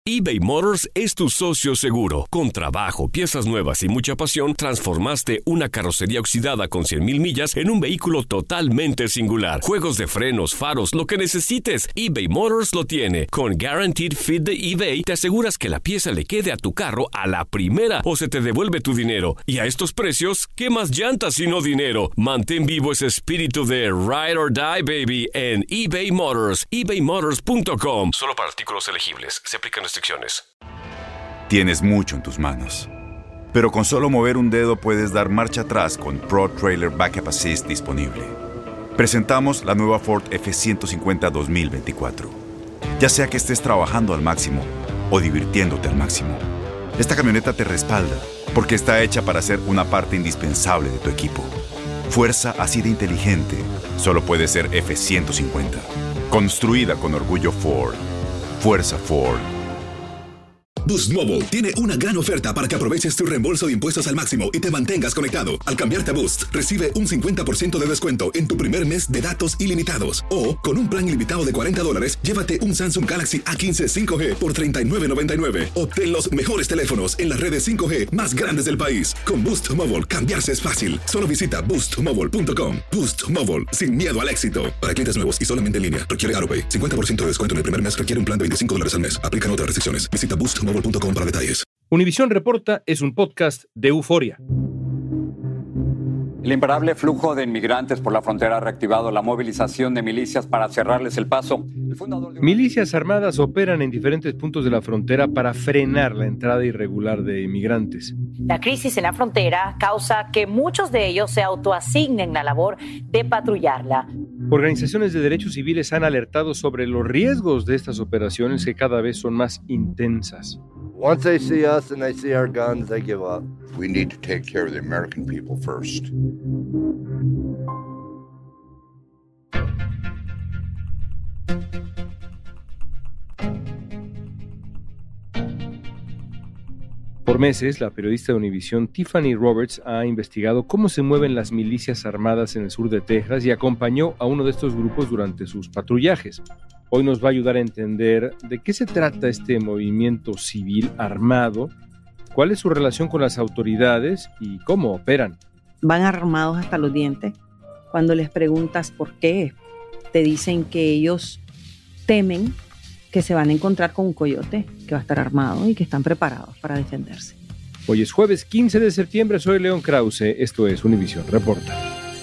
eBay Motors es tu socio seguro. Con trabajo, piezas nuevas y mucha pasión, transformaste una carrocería oxidada con 100,000 millas en un vehículo totalmente singular. Juegos de frenos, faros, lo que necesites, eBay Motors lo tiene. Con Guaranteed Fit de eBay, te aseguras que la pieza le quede a tu carro a la primera o se te devuelve tu dinero. Y a estos precios, ¿qué más llantas sino dinero? Mantén vivo ese espíritu de Ride or Die, baby, en eBay Motors. ebaymotors.com. Solo para artículos elegibles. Se aplican restricciones. Tienes mucho en tus manos, pero con solo mover un dedo puedes dar marcha atrás con Pro Trailer Backup Assist disponible. Presentamos la nueva Ford F-150 2024. Ya sea que estés trabajando al máximo o divirtiéndote al máximo, esta camioneta te respalda porque está hecha para ser una parte indispensable de tu equipo. Fuerza así de inteligente solo puede ser F-150. Construida con orgullo Ford. Fuerza Ford. Boost Mobile tiene una gran oferta para que aproveches tu reembolso de impuestos al máximo y te mantengas conectado. Al cambiarte a Boost, recibe un 50% de descuento en tu primer mes de datos ilimitados. O, con un plan ilimitado de $40, llévate un Samsung Galaxy A15 5G por $39.99. Obtén los mejores teléfonos en las redes 5G más grandes del país. Con Boost Mobile, cambiarse es fácil. Solo visita boostmobile.com. Boost Mobile, sin miedo al éxito. Para clientes nuevos y solamente en línea, requiere AroPay. 50% de descuento en el primer mes requiere un plan de $25 al mes. Aplican otras restricciones. Visita boostmobile.com para detalles. Univisión Reporta es un podcast de Euforia. El imparable flujo de inmigrantes por la frontera ha reactivado la movilización de milicias para cerrarles el paso. Milicias armadas operan en diferentes puntos de la frontera para frenar la entrada irregular de inmigrantes. La crisis en la frontera causa que muchos de ellos se autoasignen la labor de patrullarla. Organizaciones de derechos civiles han alertado sobre los riesgos de estas operaciones que cada vez son más intensas. Once they see us and they see our guns, they give up. We need to take care of the American people first. Por meses, la periodista de Univisión Tiffany Roberts ha investigado cómo se mueven las milicias armadas en el sur de Texas y acompañó a uno de estos grupos durante sus patrullajes. Hoy nos va a ayudar a entender de qué se trata este movimiento civil armado, cuál es su relación con las autoridades y cómo operan. Van armados hasta los dientes. Cuando les preguntas por qué, te dicen que ellos temen que se van a encontrar con un coyote que va a estar armado y que están preparados para defenderse. Hoy es jueves 15 de septiembre, soy León Krause, esto es Univisión Reporta.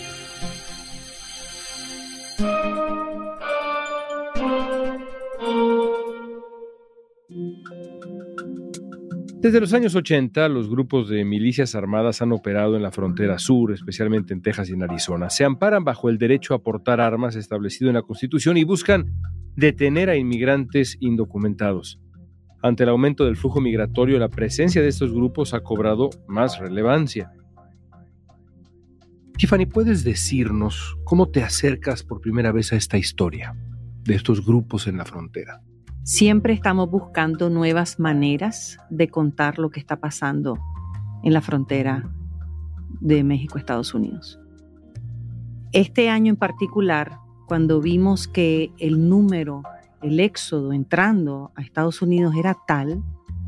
Desde los años 80, los grupos de milicias armadas han operado en la frontera sur, especialmente en Texas y en Arizona. Se amparan bajo el derecho a portar armas establecido en la Constitución y buscan detener a inmigrantes indocumentados. Ante el aumento del flujo migratorio, la presencia de estos grupos ha cobrado más relevancia. Tiffany, ¿puedes decirnos cómo te acercas por primera vez a esta historia de estos grupos en la frontera? Siempre estamos buscando nuevas maneras de contar lo que está pasando en la frontera de México-Estados Unidos. Este año en particular, cuando vimos que el éxodo entrando a Estados Unidos era tal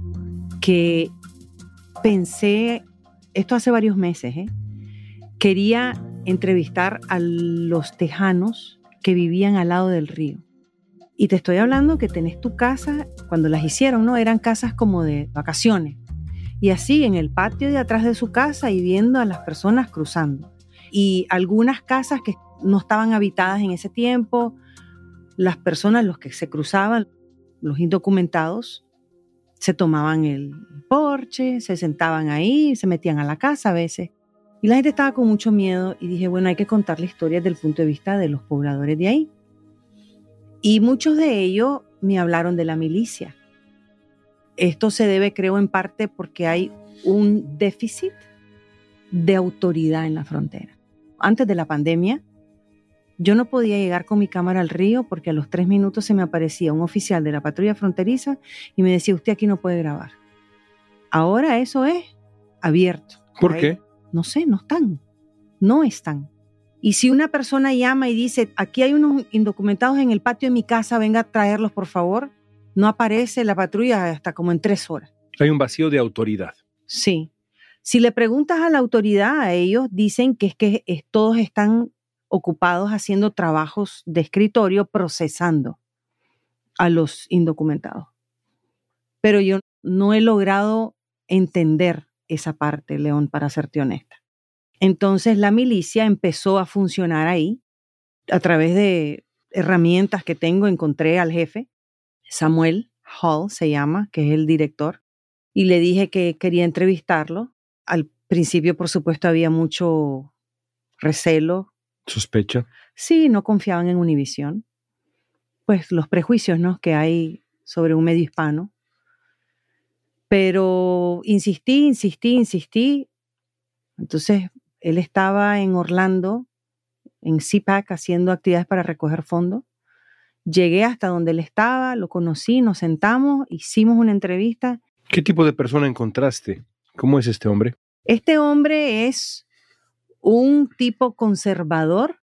que pensé, esto hace varios meses, quería entrevistar a los tejanos que vivían al lado del río. Y te estoy hablando que tenés tu casa, cuando las hicieron, ¿no? Eran casas como de vacaciones. Y así en el patio de atrás de su casa y viendo a las personas cruzando. Y algunas casas que no estaban habitadas en ese tiempo, las personas, los que se cruzaban, los indocumentados, se tomaban el porche, se sentaban ahí, se metían a la casa a veces. Y la gente estaba con mucho miedo y dije, bueno, hay que contar la historia desde el punto de vista de los pobladores de ahí. Y muchos de ellos me hablaron de la milicia. Esto se debe, creo, en parte porque hay un déficit de autoridad en la frontera. Antes de la pandemia, yo no podía llegar con mi cámara al río porque a los 3 minutos se me aparecía un oficial de la patrulla fronteriza y me decía, usted aquí no puede grabar. Ahora eso es abierto. ¿Por qué? No sé, no están. Y si una persona llama y dice, aquí hay unos indocumentados en el patio de mi casa, venga a traerlos, por favor, No aparece la patrulla hasta como en 3 horas. Hay un vacío de autoridad. Sí. Si le preguntas a la autoridad, a ellos dicen que todos están ocupados haciendo trabajos de escritorio, procesando a los indocumentados. Pero yo no he logrado entender esa parte, León, para serte honesta. Entonces la milicia empezó a funcionar ahí. A través de herramientas que tengo, encontré al jefe, Samuel Hall se llama, que es el director, y le dije que quería entrevistarlo. Al principio, por supuesto, había mucho recelo. ¿Sospecha? Sí, no confiaban en Univisión. Pues los prejuicios, ¿no?, que hay sobre un medio hispano. Pero insistí. Entonces, él estaba en Orlando, en CPAC, haciendo actividades para recoger fondos. Llegué hasta donde él estaba, lo conocí, nos sentamos, hicimos una entrevista. ¿Qué tipo de persona encontraste? ¿Cómo es este hombre? Este hombre es un tipo conservador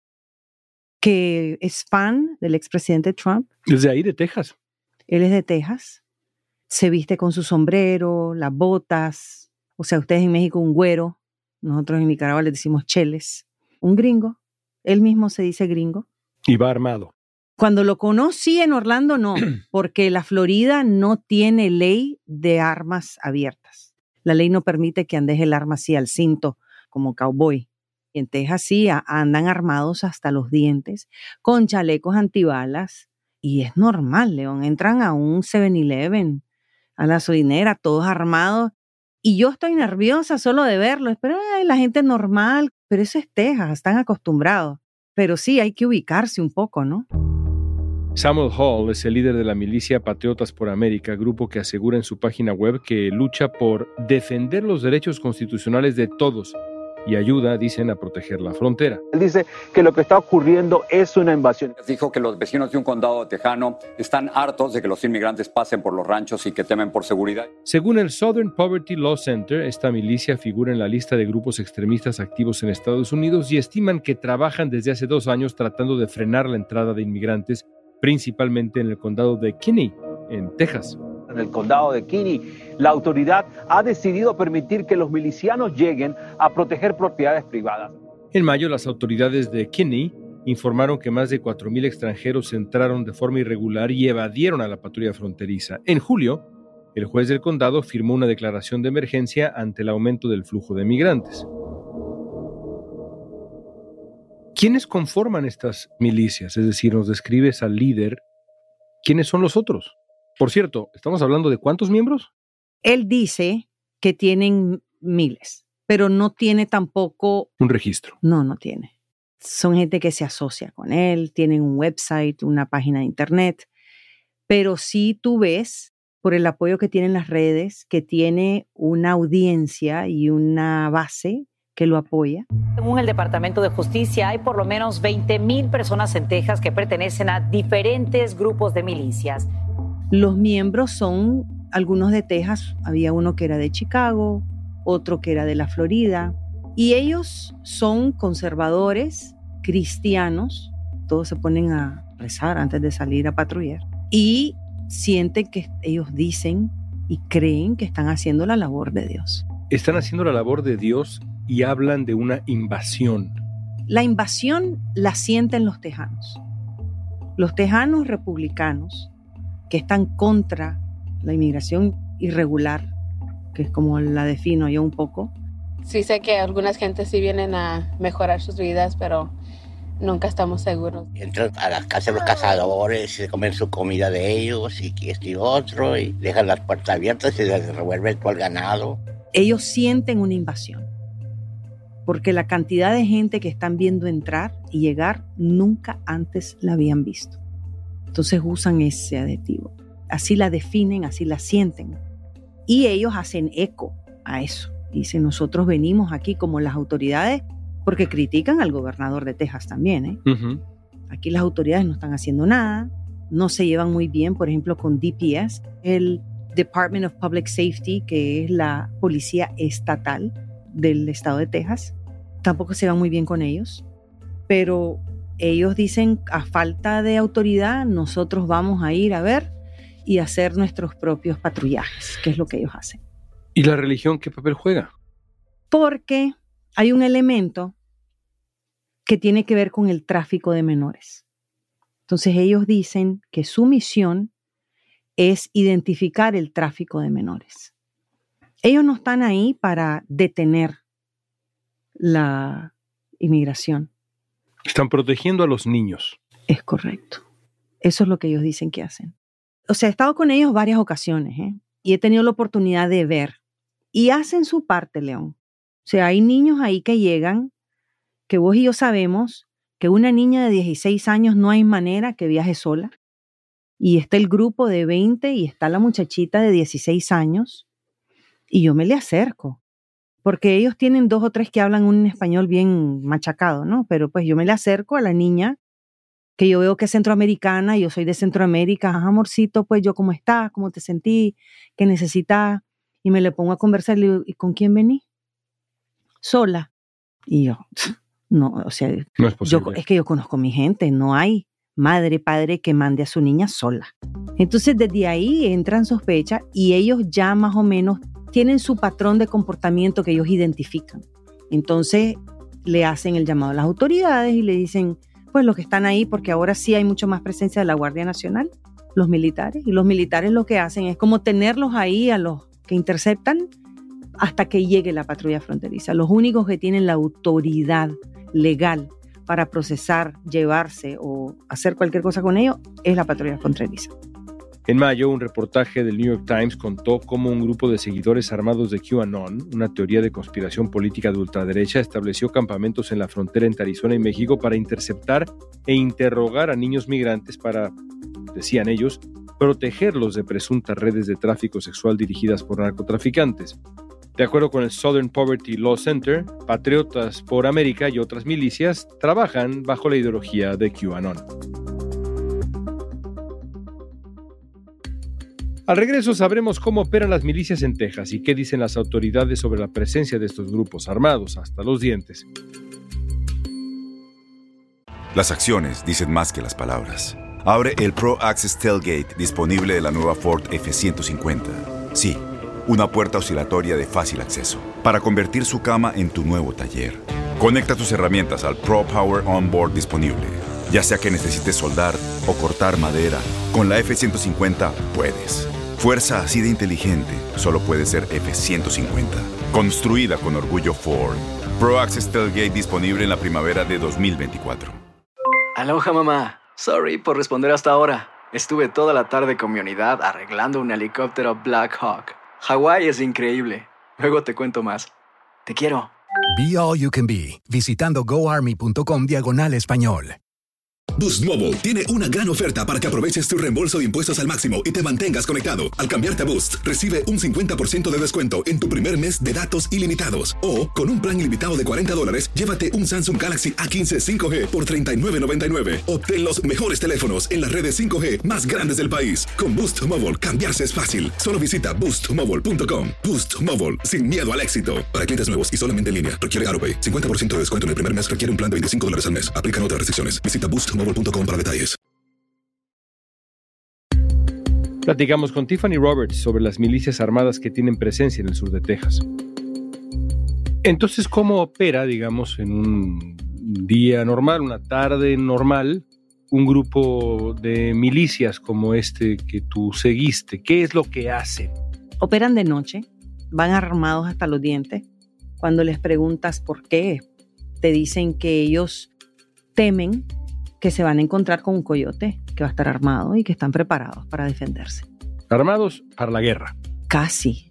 que es fan del expresidente Trump. ¿Es de ahí, de Texas? Él es de Texas. Se viste con su sombrero, las botas. O sea, ustedes en México un güero. Nosotros en Nicaragua le decimos cheles. Un gringo. Él mismo se dice gringo. ¿Y va armado? Cuando lo conocí en Orlando, no, porque la Florida no tiene ley de armas abiertas. La ley no permite que andes el arma así al cinto, como cowboy. Y en Texas sí andan armados hasta los dientes, con chalecos antibalas. Y es normal, León. Entran a un 7-Eleven, a la gasolinera, todos armados. Y yo estoy nerviosa solo de verlo. Pero la gente es normal. Pero eso es Texas, están acostumbrados. Pero sí, hay que ubicarse un poco, ¿no? Samuel Hall es el líder de la milicia Patriotas por América, grupo que asegura en su página web que lucha por defender los derechos constitucionales de todos y ayuda, dicen, a proteger la frontera. Él dice que lo que está ocurriendo es una invasión. Dijo que los vecinos de un condado tejano están hartos de que los inmigrantes pasen por los ranchos y que temen por seguridad. Según el Southern Poverty Law Center, esta milicia figura en la lista de grupos extremistas activos en Estados Unidos y estiman que trabajan desde hace 2 años tratando de frenar la entrada de inmigrantes, principalmente en el condado de Kinney, en Texas. En el condado de Kinney, la autoridad ha decidido permitir que los milicianos lleguen a proteger propiedades privadas. En mayo, las autoridades de Kinney informaron que más de 4,000 extranjeros entraron de forma irregular y evadieron a la patrulla fronteriza. En julio, el juez del condado firmó una declaración de emergencia ante el aumento del flujo de migrantes. ¿Quiénes conforman estas milicias? Es decir, nos describes al líder. ¿Quiénes son los otros? Por cierto, ¿estamos hablando de cuántos miembros? Él dice que tienen miles, pero no tiene tampoco... un registro. No tiene. Son gente que se asocia con él, tienen un website, una página de internet, pero sí tú ves, por el apoyo que tienen las redes, que tiene una audiencia y una base que lo apoya. Según el Departamento de Justicia, hay por lo menos 20,000 personas en Texas que pertenecen a diferentes grupos de milicias. Los miembros son algunos de Texas, había uno que era de Chicago, otro que era de la Florida, y ellos son conservadores, cristianos, todos se ponen a rezar antes de salir a patrullar, y sienten que ellos dicen y creen que están haciendo la labor de Dios. Están haciendo la labor de Dios y hablan de una invasión. La invasión la sienten los tejanos. Los tejanos republicanos que están contra la inmigración irregular, que es como la defino yo un poco. Sí sé que algunas gentes sí vienen a mejorar sus vidas, pero nunca estamos seguros. Entran a las casas de los cazadores, se comen su comida de ellos y esto y otro, y dejan las puertas abiertas y se revuelve todo el ganado. Ellos sienten una invasión, porque la cantidad de gente que están viendo entrar y llegar nunca antes la habían visto. Entonces usan ese adjetivo. Así la definen, así la sienten. Y ellos hacen eco a eso. Dicen, nosotros venimos aquí como las autoridades, porque critican al gobernador de Texas también, ¿eh? Uh-huh. Aquí las autoridades no están haciendo nada, no se llevan muy bien, por ejemplo, con DPS, el Department of Public Safety, que es la policía estatal del estado de Texas. Tampoco se van muy bien con ellos, pero ellos dicen, a falta de autoridad, nosotros vamos a ir a ver y hacer nuestros propios patrullajes, que es lo que ellos hacen. ¿Y la religión qué papel juega? Porque hay un elemento que tiene que ver con el tráfico de menores. Entonces ellos dicen que su misión es identificar el tráfico de menores. Ellos no están ahí para detener la inmigración. Están protegiendo a los niños. Es correcto. Eso es lo que ellos dicen que hacen. O sea, he estado con ellos varias ocasiones, y he tenido la oportunidad de ver. Y hacen su parte, León. O sea, hay niños ahí que llegan, que vos y yo sabemos que una niña de 16 años no hay manera que viaje sola. Y está el grupo de 20 y está la muchachita de 16 años. Y yo me le acerco. Porque ellos tienen 2 o 3 que hablan un español bien machacado, ¿no? Pero pues yo me le acerco a la niña, que yo veo que es centroamericana, yo soy de Centroamérica. Amorcito, pues yo, ¿cómo estás? ¿Cómo te sentí? ¿Qué necesitas? Y me le pongo a conversar, le digo, ¿y con quién vení? Sola. Y yo, no, o sea, no es posible. Es que yo conozco a mi gente, no hay madre, padre que mande a su niña sola. Entonces desde ahí entran sospechas y ellos ya más o menos tienen su patrón de comportamiento que ellos identifican. Entonces le hacen el llamado a las autoridades y le dicen, pues los que están ahí, porque ahora sí hay mucho más presencia de la Guardia Nacional, los militares, y los militares lo que hacen es como tenerlos ahí a los que interceptan hasta que llegue la patrulla fronteriza. Los únicos que tienen la autoridad legal para procesar, llevarse o hacer cualquier cosa con ellos es la patrulla fronteriza. En mayo, un reportaje del New York Times contó cómo un grupo de seguidores armados de QAnon, una teoría de conspiración política de ultraderecha, estableció campamentos en la frontera entre Arizona y México para interceptar e interrogar a niños migrantes para, decían ellos, protegerlos de presuntas redes de tráfico sexual dirigidas por narcotraficantes. De acuerdo con el Southern Poverty Law Center, Patriotas por América y otras milicias trabajan bajo la ideología de QAnon. Al regreso sabremos cómo operan las milicias en Texas y qué dicen las autoridades sobre la presencia de estos grupos armados hasta los dientes. Las acciones dicen más que las palabras. Abre el Pro Access Tailgate disponible de la nueva Ford F-150. Sí, una puerta oscilatoria de fácil acceso para convertir su cama en tu nuevo taller. Conecta tus herramientas al Pro Power Onboard disponible. Ya sea que necesites soldar o cortar madera, con la F-150 puedes. Fuerza así de inteligente solo puede ser F-150. Construida con orgullo Ford. Pro Access Tailgate disponible en la primavera de 2024. Aloha, mamá. Sorry por responder hasta ahora. Estuve toda la tarde con mi unidad arreglando un helicóptero Black Hawk. Hawái es increíble. Luego te cuento más. Te quiero. Be All You Can Be, visitando goarmy.com/español. Boost Mobile tiene una gran oferta para que aproveches tu reembolso de impuestos al máximo y te mantengas conectado. Al cambiarte a Boost, recibe un 50% de descuento en tu primer mes de datos ilimitados. O, con un plan ilimitado de $40, llévate un Samsung Galaxy A15 5G por $39.99. Obtén los mejores teléfonos en las redes 5G más grandes del país. Con Boost Mobile, cambiarse es fácil. Solo visita boostmobile.com. Boost Mobile, sin miedo al éxito. Para clientes nuevos y solamente en línea, requiere AutoPay. 50% de descuento en el primer mes requiere un plan de $25 al mes. Aplican otras restricciones. Visita boostmobile.com para detalles. Platicamos con Tiffany Roberts sobre las milicias armadas que tienen presencia en el sur de Texas. Entonces, ¿cómo opera, digamos, en un día normal, una tarde normal, un grupo de milicias como este que tú seguiste? ¿Qué es lo que hacen? Operan de noche, van armados hasta los dientes. Cuando les preguntas por qué, te dicen que ellos temen que se van a encontrar con un coyote que va a estar armado y que están preparados para defenderse. ¿Armados para la guerra? Casi.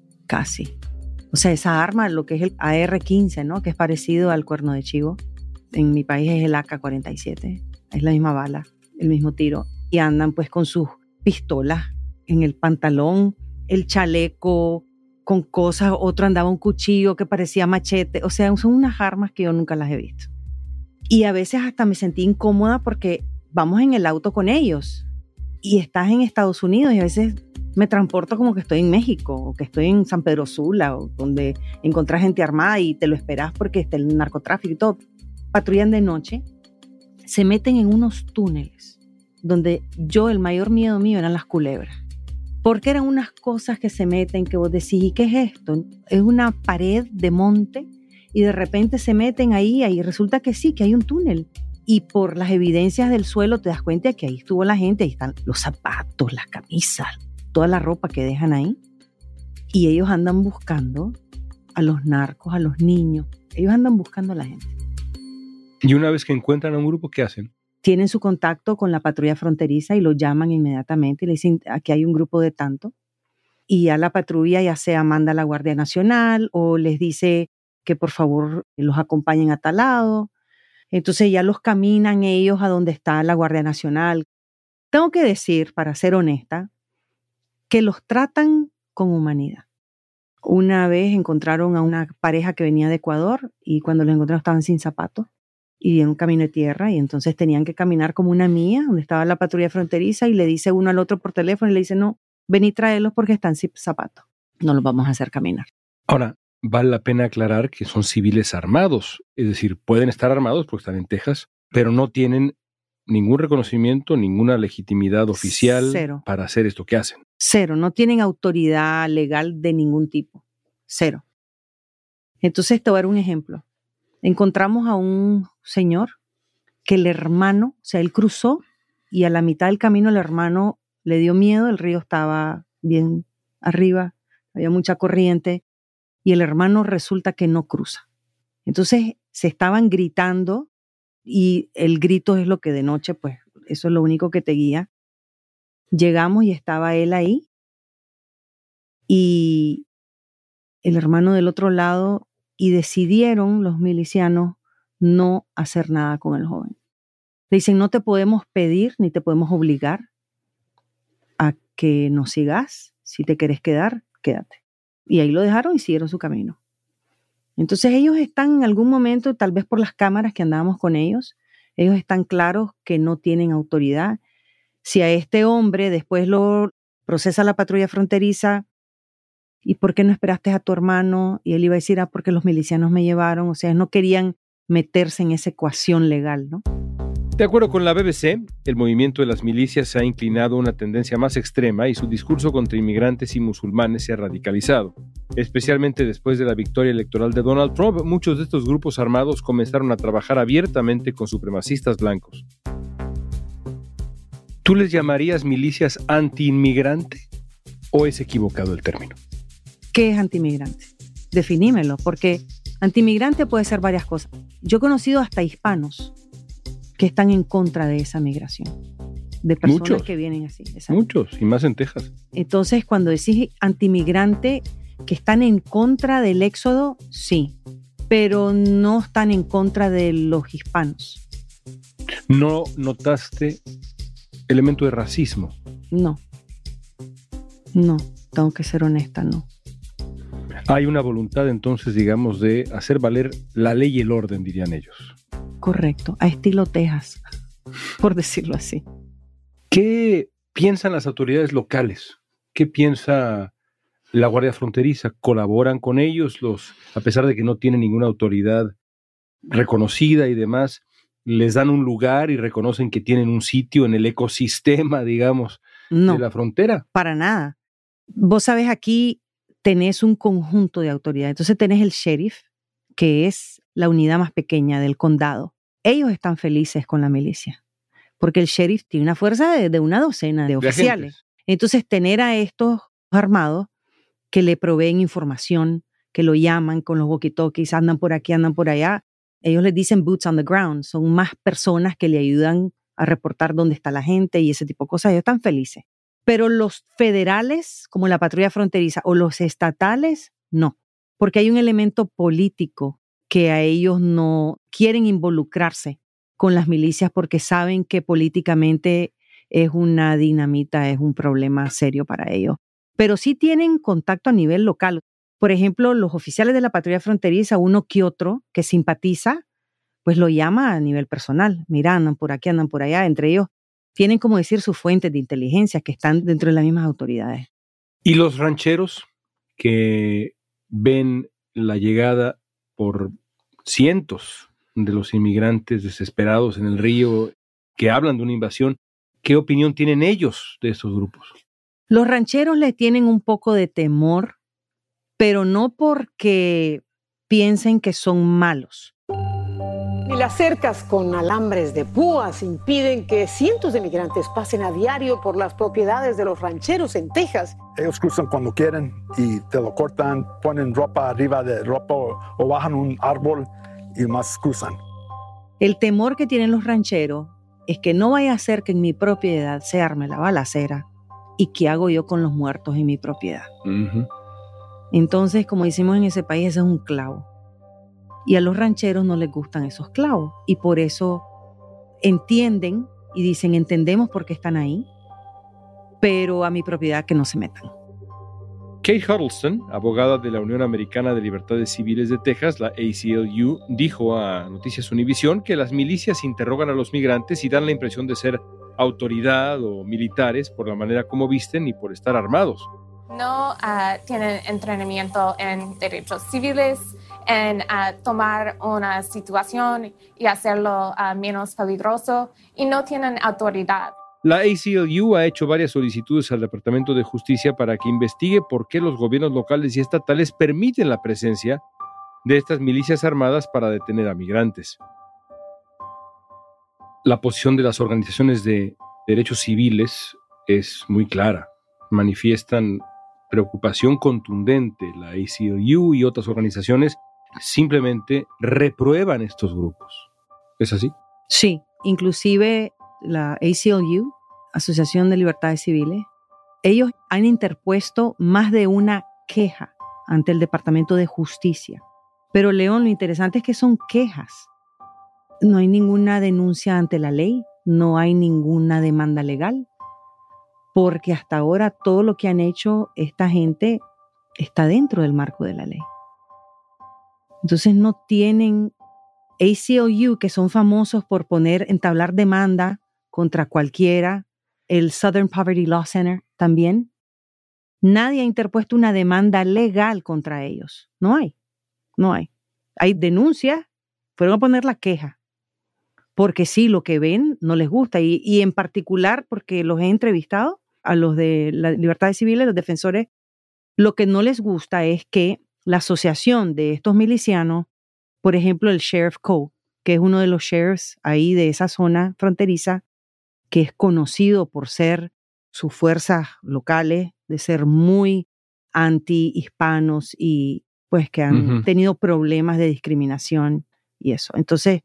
O sea, esa arma, lo que es el AR-15, ¿no? Que es parecido al cuerno de chivo. En mi país es el AK-47. Es la misma bala, el mismo tiro. Y andan pues con sus pistolas en el pantalón, el chaleco, con cosas. Otro andaba un cuchillo que parecía machete. O sea, son unas armas que yo nunca las he visto. Y a veces hasta me sentí incómoda porque vamos en el auto con ellos y estás en Estados Unidos y a veces me transporto como que estoy en México o que estoy en San Pedro Sula o donde encontrás gente armada y te lo esperás porque está el narcotráfico y todo. Patrullan de noche, se meten en unos túneles donde el mayor miedo mío eran las culebras. Porque eran unas cosas que se meten que vos decís, ¿y qué es esto? Es una pared de monte y de repente se meten ahí y resulta que sí, que hay un túnel. Y por las evidencias del suelo te das cuenta que ahí estuvo la gente, ahí están los zapatos, las camisas, toda la ropa que dejan ahí. Y ellos andan buscando a los narcos, a los niños. Ellos andan buscando a la gente. Y una vez que encuentran a un grupo, ¿qué hacen? Tienen su contacto con la patrulla fronteriza y lo llaman inmediatamente y le dicen, aquí hay un grupo de tanto. Y ya la patrulla ya sea manda a la Guardia Nacional o les dice que por favor los acompañen a tal lado. Entonces ya los caminan ellos a donde está la Guardia Nacional. Tengo que decir, para ser honesta, que los tratan con humanidad. Una vez encontraron a una pareja que venía de Ecuador y cuando los encontraron estaban sin zapatos y en un camino de tierra y entonces tenían que caminar como una milla donde estaba la patrulla fronteriza y le dice uno al otro por teléfono y le dice, no, ven y tráelos porque están sin zapatos. No los vamos a hacer caminar. Ahora, vale la pena aclarar que son civiles armados, es decir, pueden estar armados porque están en Texas, pero no tienen ningún reconocimiento, ninguna legitimidad oficial Cero. Para hacer esto que hacen. Cero, no tienen autoridad legal de ningún tipo. Cero. Entonces te voy a dar un ejemplo. Encontramos a un señor que el hermano, o sea, él cruzó y a la mitad del camino el hermano le dio miedo, el río estaba bien arriba, había mucha corriente y el hermano resulta que no cruza. Entonces se estaban gritando y el grito es lo que de noche, pues eso es lo único que te guía. Llegamos y estaba él ahí y el hermano del otro lado y decidieron los milicianos no hacer nada con el joven. Le dicen, no te podemos pedir ni te podemos obligar a que nos sigas. Si te querés quedar, quédate. Y ahí lo dejaron y siguieron su camino. Entonces ellos están en algún momento, tal vez por las cámaras que andábamos con ellos están claros que no tienen autoridad. Si a este hombre después lo procesa la patrulla fronteriza, ¿y por qué no esperaste a tu hermano? Y él iba a decir, porque los milicianos me llevaron. O sea, no querían meterse en esa ecuación legal, ¿no? De acuerdo con la BBC, el movimiento de las milicias se ha inclinado a una tendencia más extrema y su discurso contra inmigrantes y musulmanes se ha radicalizado. Especialmente después de la victoria electoral de Donald Trump, muchos de estos grupos armados comenzaron a trabajar abiertamente con supremacistas blancos. ¿Tú les llamarías milicias anti-inmigrante o es equivocado el término? ¿Qué es anti-inmigrante? Definímelo, porque anti-inmigrante puede ser varias cosas. Yo he conocido hasta hispanos que están en contra de esa migración, de personas muchos, que vienen así. Exacto. Muchos, y más en Texas. Entonces, cuando decís anti-inmigrante, que están en contra del éxodo, sí, pero no están en contra de los hispanos. ¿No notaste elemento de racismo? No, tengo que ser honesta, no. Hay una voluntad entonces, digamos, de hacer valer la ley y el orden, dirían ellos. Correcto, a estilo Texas, por decirlo así. ¿Qué piensan las autoridades locales? ¿Qué piensa la Guardia Fronteriza? ¿Colaboran con ellos? A pesar de que no tienen ninguna autoridad reconocida y demás, ¿les dan un lugar y reconocen que tienen un sitio en el ecosistema, digamos, de la frontera? Para nada. Vos sabés, aquí tenés un conjunto de autoridades. Entonces tenés el sheriff, que es la unidad más pequeña del condado. Ellos están felices con la milicia, porque el sheriff tiene una fuerza de una docena de oficiales. Agentes. Entonces tener a estos armados que le proveen información, que lo llaman con los walkie-talkies, andan por aquí, andan por allá. Ellos les dicen boots on the ground. Son más personas que le ayudan a reportar dónde está la gente y ese tipo de cosas. Ellos están felices. Pero los federales, como la patrulla fronteriza, o los estatales, no. Porque hay un elemento político que a ellos no quieren involucrarse con las milicias porque saben que políticamente es una dinamita, es un problema serio para ellos. Pero sí tienen contacto a nivel local. Por ejemplo, los oficiales de la patrulla fronteriza, uno que otro que simpatiza, pues lo llama a nivel personal. Mira, andan por aquí, andan por allá. Entre ellos tienen, como decir, sus fuentes de inteligencia que están dentro de las mismas autoridades. ¿Y los rancheros que ven la llegada por cientos de los inmigrantes desesperados en el río, que hablan de una invasión, ¿Qué opinión tienen ellos de estos grupos? Los rancheros le tienen un poco de temor, pero no porque piensen que son malos. Ni las cercas con alambres de púas impiden que cientos de migrantes pasen a diario por las propiedades de los rancheros en Texas. Ellos cruzan cuando quieren y te lo cortan, ponen ropa arriba de ropa o bajan un árbol y más cruzan. El temor que tienen los rancheros es que no vaya a ser que en mi propiedad se arme la balacera y qué hago yo con los muertos en mi propiedad. Uh-huh. Entonces, como decimos en ese país, ese es un clavo. Y a los rancheros no les gustan esos clavos. Y por eso entienden y dicen, entendemos por qué están ahí, pero a mi propiedad que no se metan. Kate Huddleston, abogada de la Unión Americana de Libertades Civiles de Texas, la ACLU, dijo a Noticias Univisión que las milicias interrogan a los migrantes y dan la impresión de ser autoridad o militares por la manera como visten y por estar armados. No tienen entrenamiento en derechos civiles, en tomar una situación y hacerlo menos peligroso, y no tienen autoridad. La ACLU ha hecho varias solicitudes al Departamento de Justicia para que investigue por qué los gobiernos locales y estatales permiten la presencia de estas milicias armadas para detener a migrantes. La posición de las organizaciones de derechos civiles es muy clara. Manifiestan preocupación contundente. La ACLU y otras organizaciones simplemente reprueban estos grupos. ¿Es así? Sí, inclusive la ACLU, Asociación de Libertades Civiles, ellos han interpuesto más de una queja ante el Departamento de Justicia. Pero, León, lo interesante es que son quejas. No hay ninguna denuncia ante la ley, no hay ninguna demanda legal, porque hasta ahora todo lo que han hecho esta gente está dentro del marco de la ley. Entonces no tienen ACLU, que son famosos por entablar demanda contra cualquiera, el Southern Poverty Law Center también. Nadie ha interpuesto una demanda legal contra ellos. No hay. Hay denuncias, fueron a poner la queja, porque sí, lo que ven no les gusta, y en particular porque los he entrevistado a los de la Libertades Civiles, los defensores, lo que no les gusta es que la asociación de estos milicianos, por ejemplo el Sheriff Coe, que es uno de los sheriffs ahí de esa zona fronteriza, que es conocido por ser sus fuerzas locales, de ser muy anti-hispanos y pues que han tenido problemas de discriminación y eso. Entonces,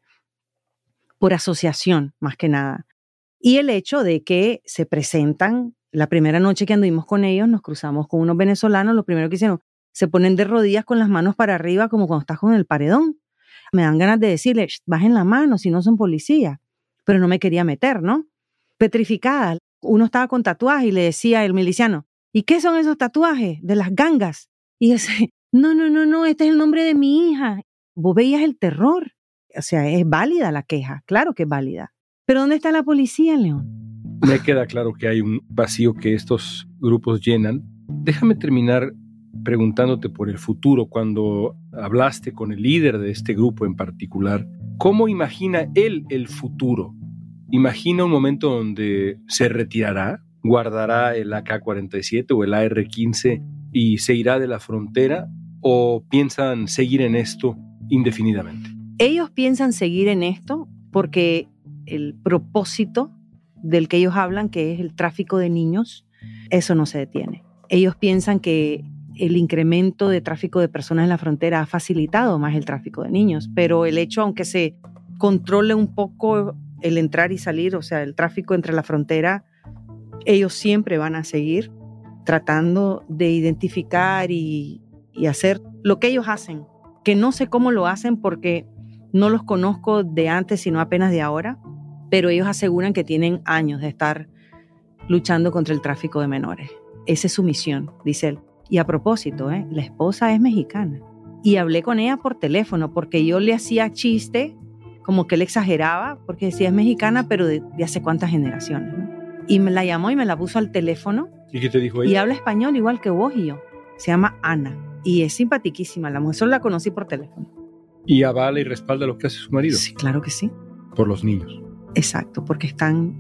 por asociación, más que nada. Y el hecho de que se presentan, la primera noche que anduvimos con ellos, nos cruzamos con unos venezolanos, lo primero que hicieron, se ponen de rodillas con las manos para arriba, como cuando estás con el paredón. Me dan ganas de decirles, bajen la mano si no son policías. Pero no me quería meter, ¿no? Petrificada. Uno estaba con tatuajes y le decía el miliciano, ¿y qué son esos tatuajes? De las gangas. Y dice, no, este es el nombre de mi hija. Vos veías el terror. O sea, es válida la queja, claro que es válida. Pero ¿dónde está la policía, León? Me queda claro que hay un vacío que estos grupos llenan. Déjame terminar preguntándote por el futuro. Cuando hablaste con el líder de este grupo en particular, ¿cómo imagina él el futuro? ¿Imagina un momento donde se retirará, guardará el AK-47 o el AR-15 y se irá de la frontera? ¿O piensan seguir en esto indefinidamente? Ellos piensan seguir en esto porque el propósito del que ellos hablan, que es el tráfico de niños, eso no se detiene. Ellos piensan que el incremento de tráfico de personas en la frontera ha facilitado más el tráfico de niños, pero el hecho, aunque se controle un poco el entrar y salir, o sea, el tráfico entre la frontera, ellos siempre van a seguir tratando de identificar y hacer lo que ellos hacen, que no sé cómo lo hacen porque no los conozco de antes, sino apenas de ahora, pero ellos aseguran que tienen años de estar luchando contra el tráfico de menores. Esa es su misión, dice él. Y a propósito, la esposa es mexicana. Y hablé con ella por teléfono porque yo le hacía chiste, como que él exageraba, porque decía es mexicana, pero de hace cuántas generaciones, ¿no? Y me la llamó y me la puso al teléfono. ¿Y qué te dijo ella? Y habla español igual que vos y yo. Se llama Ana. Y es simpatiquísima la mujer. Solo la conocí por teléfono. ¿Y avala y respalda lo que hace su marido? Sí, claro que sí. Por los niños. Exacto, porque están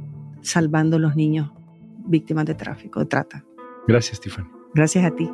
salvando a los niños víctimas de tráfico, de trata. Gracias, Tiffany. Gracias a ti.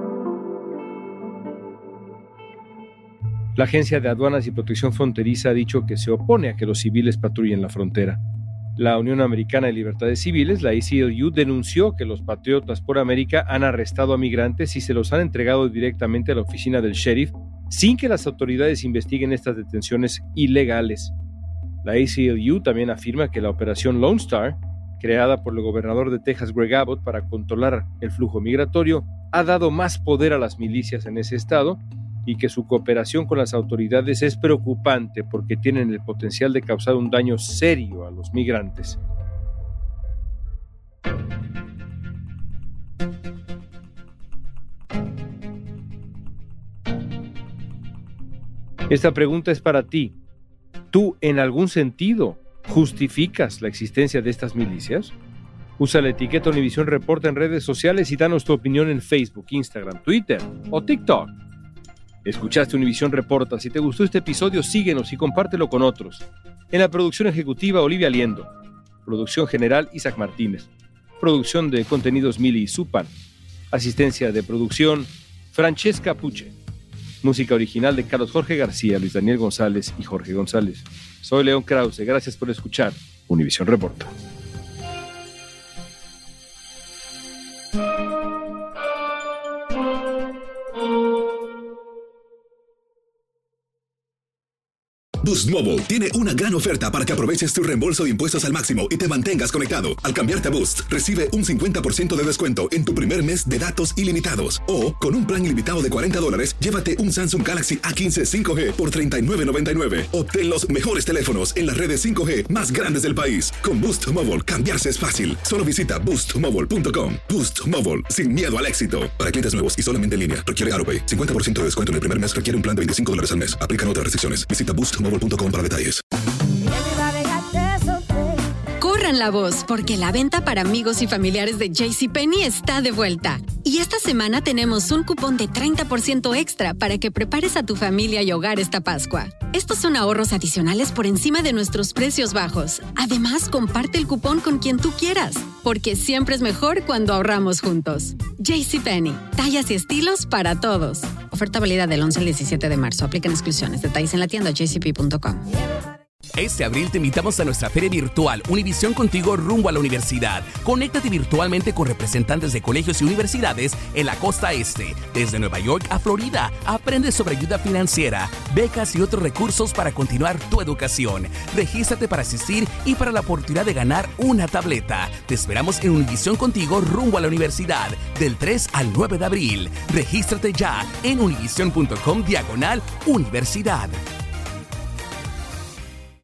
La Agencia de Aduanas y Protección Fronteriza ha dicho que se opone a que los civiles patrullen la frontera. La Unión Americana de Libertades Civiles, la ACLU, denunció que los Patriotas por América han arrestado a migrantes y se los han entregado directamente a la oficina del sheriff sin que las autoridades investiguen estas detenciones ilegales. La ACLU también afirma que la operación Lone Star, creada por el gobernador de Texas, Greg Abbott, para controlar el flujo migratorio, ha dado más poder a las milicias en ese estado y que su cooperación con las autoridades es preocupante porque tienen el potencial de causar un daño serio a los migrantes. Esta pregunta es para ti. ¿Tú, en algún sentido, justificas la existencia de estas milicias? Usa la etiqueta Univisión Reporta en redes sociales y danos tu opinión en Facebook, Instagram, Twitter o TikTok. Escuchaste Univisión Reporta. Si te gustó este episodio, síguenos y compártelo con otros. En la producción ejecutiva, Olivia Liendo. Producción general, Isaac Martínez. Producción de contenidos, Mili Supan. Asistencia de producción, Francesca Puche. Música original de Carlos Jorge García, Luis Daniel González y Jorge González. Soy León Krause. Gracias por escuchar Univisión Reporta. Boost Mobile tiene una gran oferta para que aproveches tu reembolso de impuestos al máximo y te mantengas conectado. Al cambiarte a Boost, recibe un 50% de descuento en tu primer mes de datos ilimitados. O, con un plan ilimitado de $40, llévate un Samsung Galaxy A15 5G por $39.99. Obtén los mejores teléfonos en las redes 5G más grandes del país. Con Boost Mobile, cambiarse es fácil. Solo visita boostmobile.com. Boost Mobile, sin miedo al éxito. Para clientes nuevos y solamente en línea, requiere AutoPay. 50% de descuento en el primer mes requiere un plan de $25 al mes. Aplican otras restricciones. Visita boostmobile.com para detalles. Corran la voz, porque la venta para amigos y familiares de JCPenney está de vuelta. Y esta semana tenemos un cupón de 30% extra para que prepares a tu familia y hogar esta Pascua. Estos son ahorros adicionales por encima de nuestros precios bajos. Además, comparte el cupón con quien tú quieras, porque siempre es mejor cuando ahorramos juntos. JCPenney, tallas y estilos para todos. Oferta válida del 11 al 17 de marzo. Aplican exclusiones. Detalles en la tienda jcp.com. Este abril te invitamos a nuestra feria virtual Univisión Contigo rumbo a la universidad. Conéctate virtualmente con representantes de colegios y universidades en la costa este, desde Nueva York a Florida. Aprende sobre ayuda financiera, becas y otros recursos para continuar tu educación. Regístrate para asistir y para la oportunidad de ganar una tableta. Te esperamos en Univisión Contigo rumbo a la universidad del 3 al 9 de abril. Regístrate ya en univision.com/universidad.